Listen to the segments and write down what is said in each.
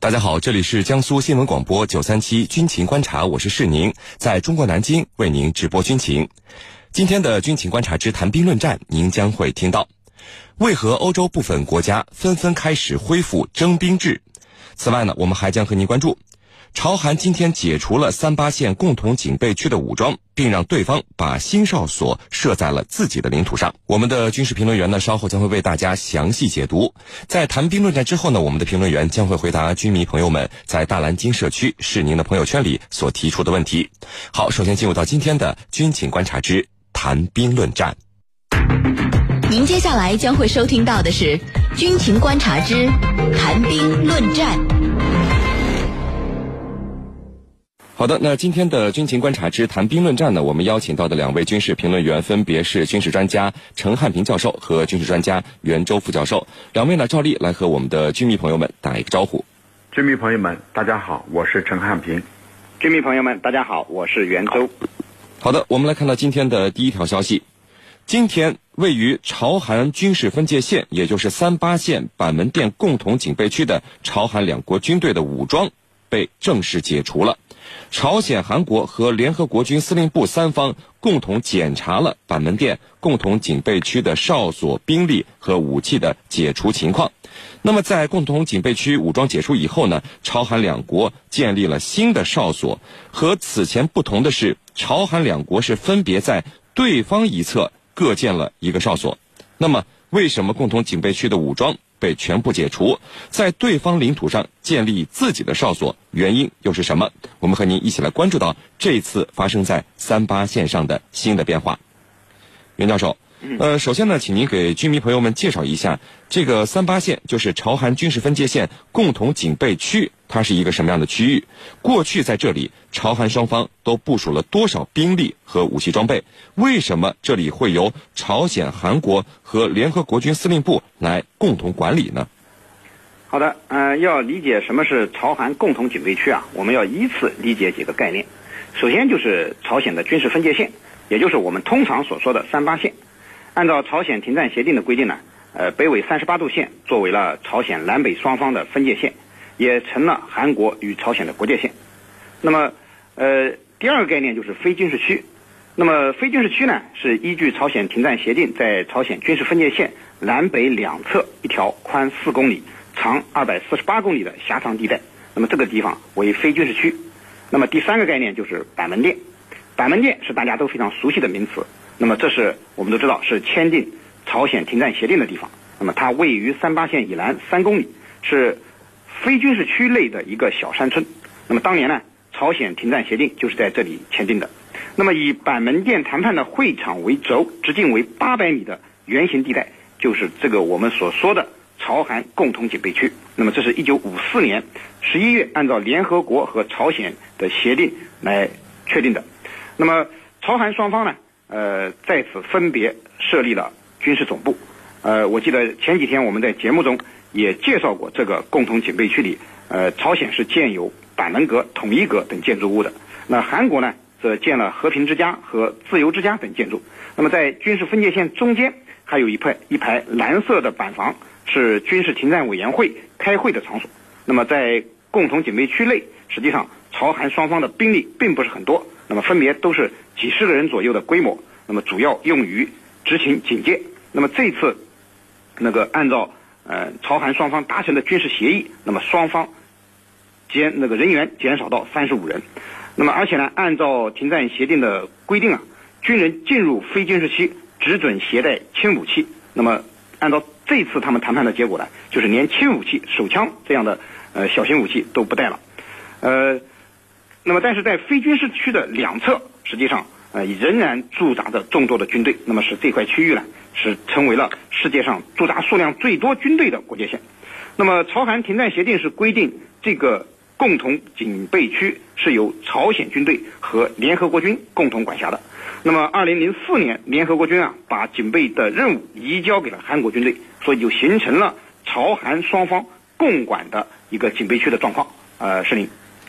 大家好，这里是江苏新闻广播937军情观察，我是世宁，在中国南京为您直播军情。今天的军情观察之谈兵论战，您将会听到为何欧洲部分国家纷纷开始恢复征兵制。此外呢，我们还将和您关注朝韩今天解除了38线共同警备区的武装，并让对方把新哨所设在了自己的领土上。我们的军事评论员呢，稍后将会为大家详细解读。在谈兵论战之后呢，我们的评论员将会回答军迷朋友们在大蓝鲸社区是您的朋友圈里所提出的问题。好，首先进入到今天的军情观察之谈兵论战。 您接下来将会收听到的是军情观察之谈兵论战。 好的，那今天的军情观察之谈兵论战呢，我们邀请到的两位军事评论员分别是军事专家陈汉平教授和军事专家袁周副教授。两位呢，照例来和我们的军迷朋友们打一个招呼。 军迷朋友们，大家好，我是陈汉平。 军迷朋友们，大家好，我是袁周。 好的，我们来看到今天的第一条消息。今天位于朝韩军事分界线，也就是38线板门店共同警备区的朝韩两国军队的武装被正式解除了。朝鲜、韩国和联合国军司令部三方共同检查了板门店共同警备区的哨所、兵力和武器的解除情况。那么在共同警备区武装解除以后呢，朝韩两国建立了新的哨所。和此前不同的是，朝韩两国是分别在对方一侧各建了一个哨所。那么为什么共同警备区的武装被全部解除，在对方领土上建立自己的哨所，原因又是什么？我们和您一起来关注到这次发生在38线上的新的变化。袁教授，首先呢，请您给军迷朋友们介绍一下这个38线，就是朝韩军事分界线共同警备区，它是一个什么样的区域？过去在这里，朝韩双方都部署了多少兵力和武器装备？为什么这里会由朝鲜、韩国和联合国军司令部来共同管理呢？ 好的，要理解什么是朝韩共同警备区啊，我们要依次理解几个概念。首先就是朝鲜的军事分界线，也就是我们通常所说的38线。按照朝鲜停战协定的规定呢，北纬38度线作为了朝鲜南北双方的分界线，也成了韩国与朝鲜的国界线。那么，第二个概念就是非军事区。那么非军事区呢，是依据朝鲜停战协定，在朝鲜军事分界线南北两侧一条宽4公里、长248公里的狭长地带。那么这个地方为非军事区。那么第三个概念就是板门店。板门店是大家都非常熟悉的名词。那么这是我们都知道是签订朝鲜停战协定的地方。那么它位于38线以南3公里，是非军事区内的一个小山村。那么当年呢，朝鲜停战协定就是在这里签订的。那么以板门店谈判的会场为轴，直径为800米的圆形地带，就是这个我们所说的朝韩共同警备区。那么这是1954年11月按照联合国和朝鲜的协定来确定的。那么朝韩双方呢，在此分别设立了军事总部。我记得前几天我们在节目中也介绍过，这个共同警备区里，朝鲜是建有板门阁、统一阁等建筑物的。那韩国呢，则建了和平之家和自由之家等建筑。那么在军事分界线中间还有一排蓝色的板房，是军事停战委员会开会的场所。那么在共同警备区内，实际上朝韩双方的兵力并不是很多，那么分别都是几十个人左右的规模，那么主要用于执行警戒。那么这次按照朝韩双方达成的军事协议，那么双方人员减少到35人。那么而且呢，按照停战协定的规定啊，军人进入非军事区只准携带轻武器。那么按照这次他们谈判的结果呢，就是连轻武器、手枪这样的小型武器都不带了。那么但是在非军事区的两侧，实际上仍然驻扎着众多的军队。那么使这块区域呢，是成为了世界上驻扎数量最多军队的国界线。那么朝韩停战协定是规定，这个共同警备区是由朝鲜军队和联合国军共同管辖的。那么2004年，联合国军把警备的任务移交给了韩国军队，所以就形成了朝韩双方共管的一个警备区的状况。是您。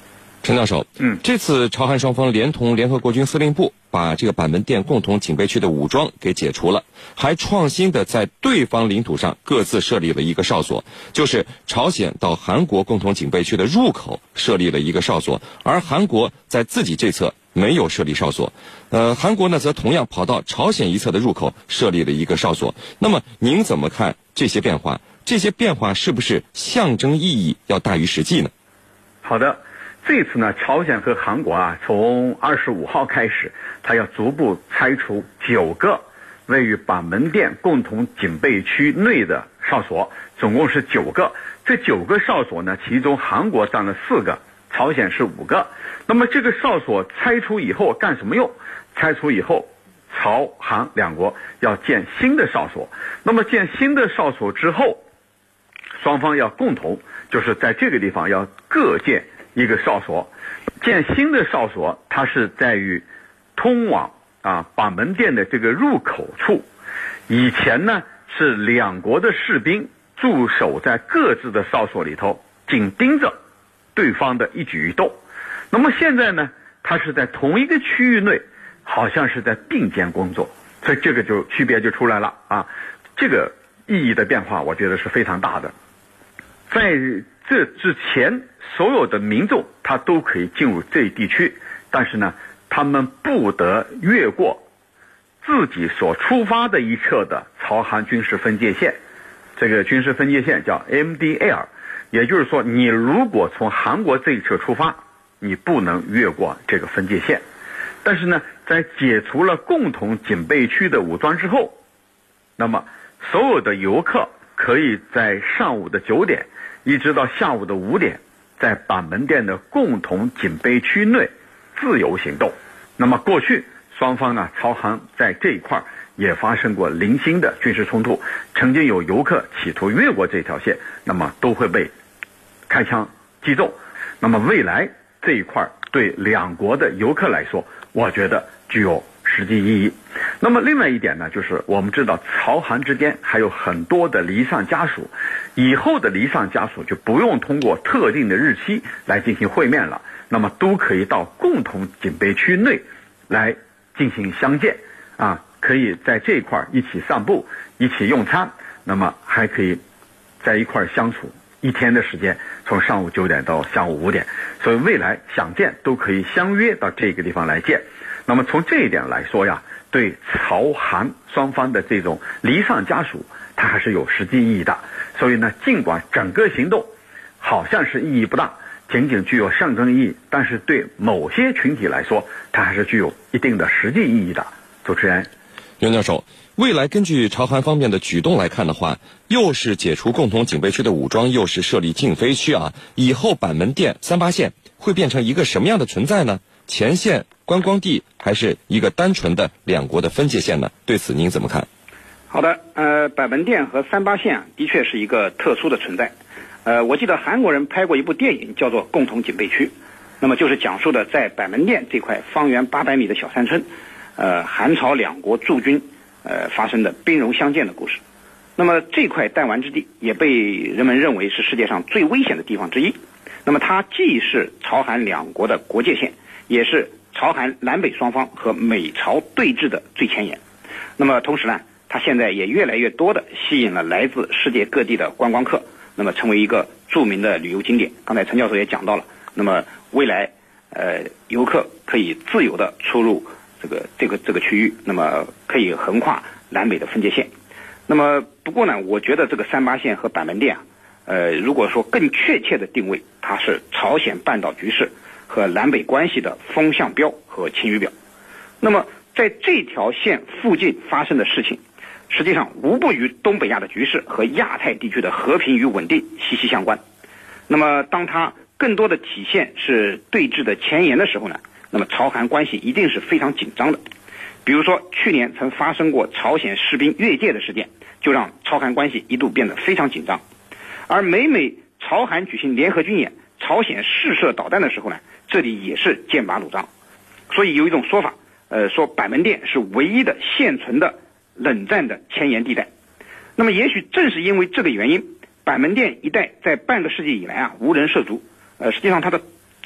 陈教授，这次朝韩双方连同联合国军司令部把这个板门店共同警备区的武装给解除了，还创新的在对方领土上各自设立了一个哨所，就是朝鲜到韩国共同警备区的入口设立了一个哨所，而韩国在自己这侧没有设立哨所。韩国呢则同样跑到朝鲜一侧的入口设立了一个哨所。那么您怎么看这些变化？这些变化是不是象征意义要大于实际呢？ 好的，这次呢，朝鲜和韩国啊，从25号开始，它要逐步拆除9个位于板门店共同警备区内的哨所，总共是9个。这9个哨所呢，其中韩国占了4个，朝鲜是5个。那么这个哨所拆除以后干什么用？拆除以后，朝韩两国要建新的哨所。那么建新的哨所之后，双方要共同，就是在这个地方要各建一个哨所。建新的哨所，它是在于通往板门店的这个入口处。以前呢，是两国的士兵驻守在各自的哨所里头，紧盯着对方的一举一动。那么现在呢，它是在同一个区域内，好像是在并肩工作，所以这个就区别就出来了啊。这个意义的变化，我觉得是非常大的。在这之前，所有的民众他都可以进入这一地区，但是呢，他们不得越过自己所出发的一侧的朝韩军事分界线。这个军事分界线叫 MDL， 也就是说，你如果从韩国这一侧出发，你不能越过这个分界线。但是呢，在解除了共同警备区的武装之后，那么所有的游客可以在上午的9点一直到下午的5点，在板门店的共同警备区内自由行动。那么过去双方呢，朝韩在这一块也发生过零星的军事冲突，曾经有游客企图越过这条线，那么都会被开枪击中。那么未来这一块对两国的游客来说，我觉得具有实际意义。那么另外一点呢，就是我们知道朝韩之间还有很多的离散家属，以后的离散家属就不用通过特定的日期来进行会面了，那么都可以到共同警备区内来进行相见可以在这一块一起散步，一起用餐，那么还可以在一块相处一天的时间，从上午9点到下午5点，所以未来想见都可以相约到这个地方来见。那么从这一点来说呀，对朝韩双方的这种离散家属，它还是有实际意义的。所以呢，尽管整个行动好像是意义不大，仅仅具有象征意义，但是对某些群体来说，它还是具有一定的实际意义的。主持人袁教授，未来根据朝韩方面的举动来看的话，又是解除共同警备区的武装，又是设立禁飞区以后板门店38线会变成一个什么样的存在呢？前线、观光地，还是一个单纯的两国的分界线呢？对此您怎么看？ 好的，板门店和38线的确是一个特殊的存在。我记得韩国人拍过一部电影叫做《共同警备区》，那么就是讲述的在板门店这块方圆800米的小山村，韩朝两国驻军发生的兵戎相见的故事。那么这块弹丸之地也被人们认为是世界上最危险的地方之一。那么它既是朝韩两国的国界线，也是朝韩南北双方和美朝对峙的最前沿。那么同时呢，它现在也越来越多的吸引了来自世界各地的观光客，那么成为一个著名的旅游景点。刚才陈教授也讲到了，那么未来游客可以自由的出入这个区域，那么可以横跨南北的分界线。那么不过呢，我觉得这个38线和板门店如果说更确切的定位，它是朝鲜半岛局势和南北关系的风向标和晴雨表。那么在这条线附近发生的事情，实际上无不与东北亚的局势和亚太地区的和平与稳定息息相关。那么当它更多的体现是对峙的前沿的时候呢，那么朝韩关系一定是非常紧张的。比如说去年曾发生过朝鲜士兵越界的事件，就让朝韩关系一度变得非常紧张。而每朝韩举行联合军演，朝鲜试射导弹的时候呢，这里也是剑拔弩张。所以有一种说法，说板门店是唯一的现存的冷战的前沿地带。那么也许正是因为这个原因，板门店一带在半个世纪以来无人涉足。实际上它的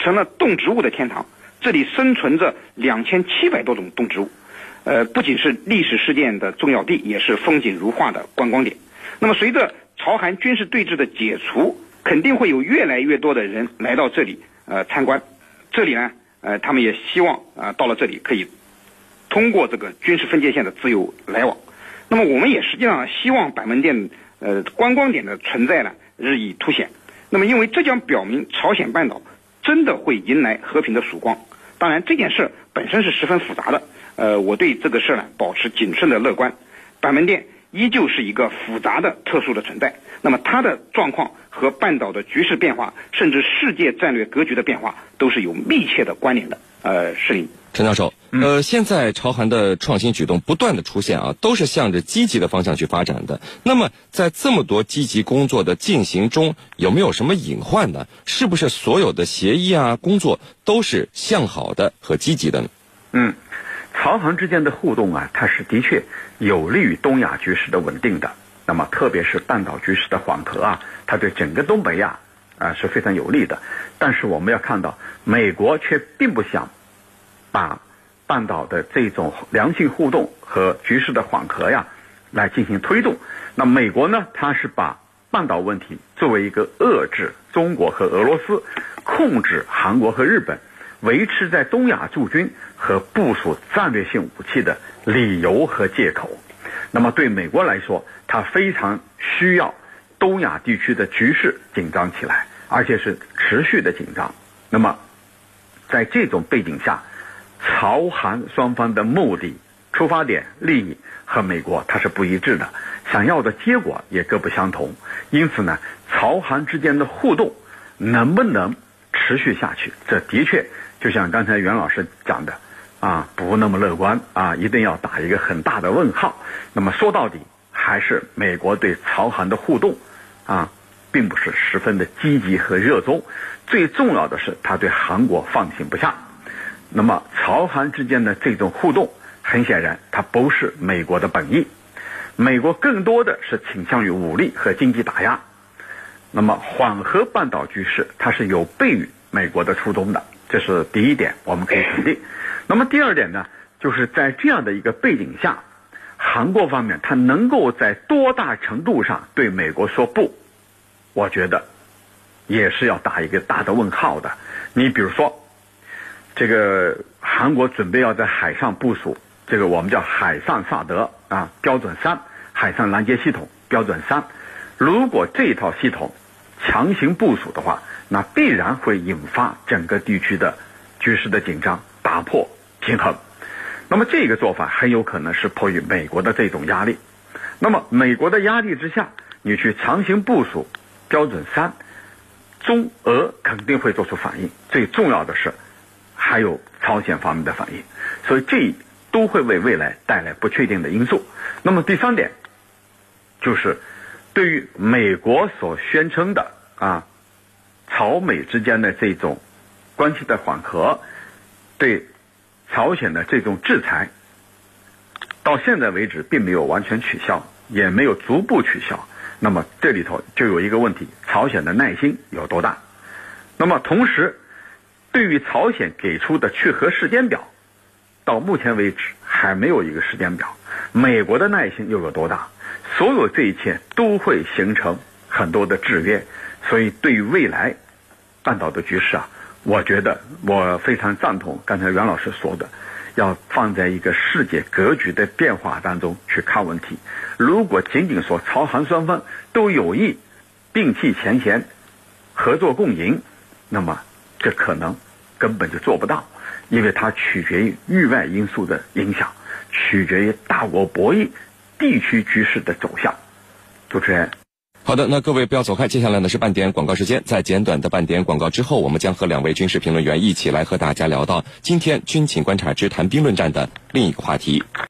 成了动植物的天堂，这里生存着2700多种动植物，不仅是历史事件的重要地，也是风景如画的观光点。那么随着朝韩军事对峙的解除，肯定会有越来越多的人来到这里参观。这里呢他们也希望到了这里可以通过这个军事分界线的自由来往。那么我们也实际上希望板门店观光点的存在呢日益凸显。那么因为这将表明朝鲜半岛真的会迎来和平的曙光。当然这件事本身是十分复杂的，我对这个事呢保持谨慎的乐观。板门店依旧是一个复杂的特殊的存在，那么它的状况和半岛的局势变化，甚至世界战略格局的变化都是有密切的关联的。是林陈教授，现在朝韩的创新举动不断的出现啊，都是向着积极的方向去发展的。那么在这么多积极工作的进行中，有没有什么隐患呢？是不是所有的协议工作都是向好的和积极的呢？ 朝韩之间的互动它是的确有利于东亚局势的稳定的。那么特别是半岛局势的缓和它对整个东北亚是非常有利的。但是我们要看到，美国却并不想把半岛的这种良性互动和局势的缓和来进行推动。那美国呢，它是把半岛问题作为一个遏制中国和俄罗斯、控制韩国和日本、维持在东亚驻军和部署战略性武器的理由和借口。那么对美国来说，它非常需要东亚地区的局势紧张起来，而且是持续的紧张。那么在这种背景下，朝韩双方的目的、出发点、利益和美国它是不一致的，想要的结果也各不相同。因此呢，朝韩之间的互动能不能持续下去，这的确就像刚才袁老师讲的不那么乐观一定要打一个很大的问号。那么说到底，还是美国对朝韩的互动并不是十分的积极和热衷。最重要的是，他对韩国放心不下。那么朝韩之间的这种互动，很显然它不是美国的本意。美国更多的是倾向于武力和经济打压。那么缓和半岛局势，它是有悖于美国的初衷的，这是第一点，我们可以肯定。那么第二点呢，就是在这样的一个背景下，韩国方面它能够在多大程度上对美国说不，我觉得也是要打一个大的问号的。你比如说，这个韩国准备要在海上部署这个我们叫海上萨德标准3海上拦截系统标准3。如果这一套系统强行部署的话，那必然会引发整个地区的局势的紧张，打破平衡。那么这个做法很有可能是迫于美国的这种压力。那么美国的压力之下，你去强行部署标准3，中俄肯定会做出反应。最重要的是还有朝鲜方面的反应，所以这都会为未来带来不确定的因素。那么第三点就是对于美国所宣称的朝美之间的这种关系的缓和，对朝鲜的这种制裁，到现在为止并没有完全取消，也没有逐步取消。那么这里头就有一个问题，朝鲜的耐心有多大？那么同时对于朝鲜给出的去核时间表，到目前为止还没有一个时间表，美国的耐心又有多大？所有这一切都会形成很多的制约。所以对于未来半岛的局势我觉得我非常赞同刚才袁老师说的，要放在一个世界格局的变化当中去看问题。如果仅仅说朝韩双方都有意摒弃前嫌，合作共赢，那么这可能根本就做不到，因为它取决于域外因素的影响，取决于大国博弈、地区局势的走向。主持人。 好的，那各位不要走开，接下来呢是半点广告时间。在简短的半点广告之后，我们将和2位军事评论员一起来和大家聊到今天军情观察之谈兵论战的另一个话题。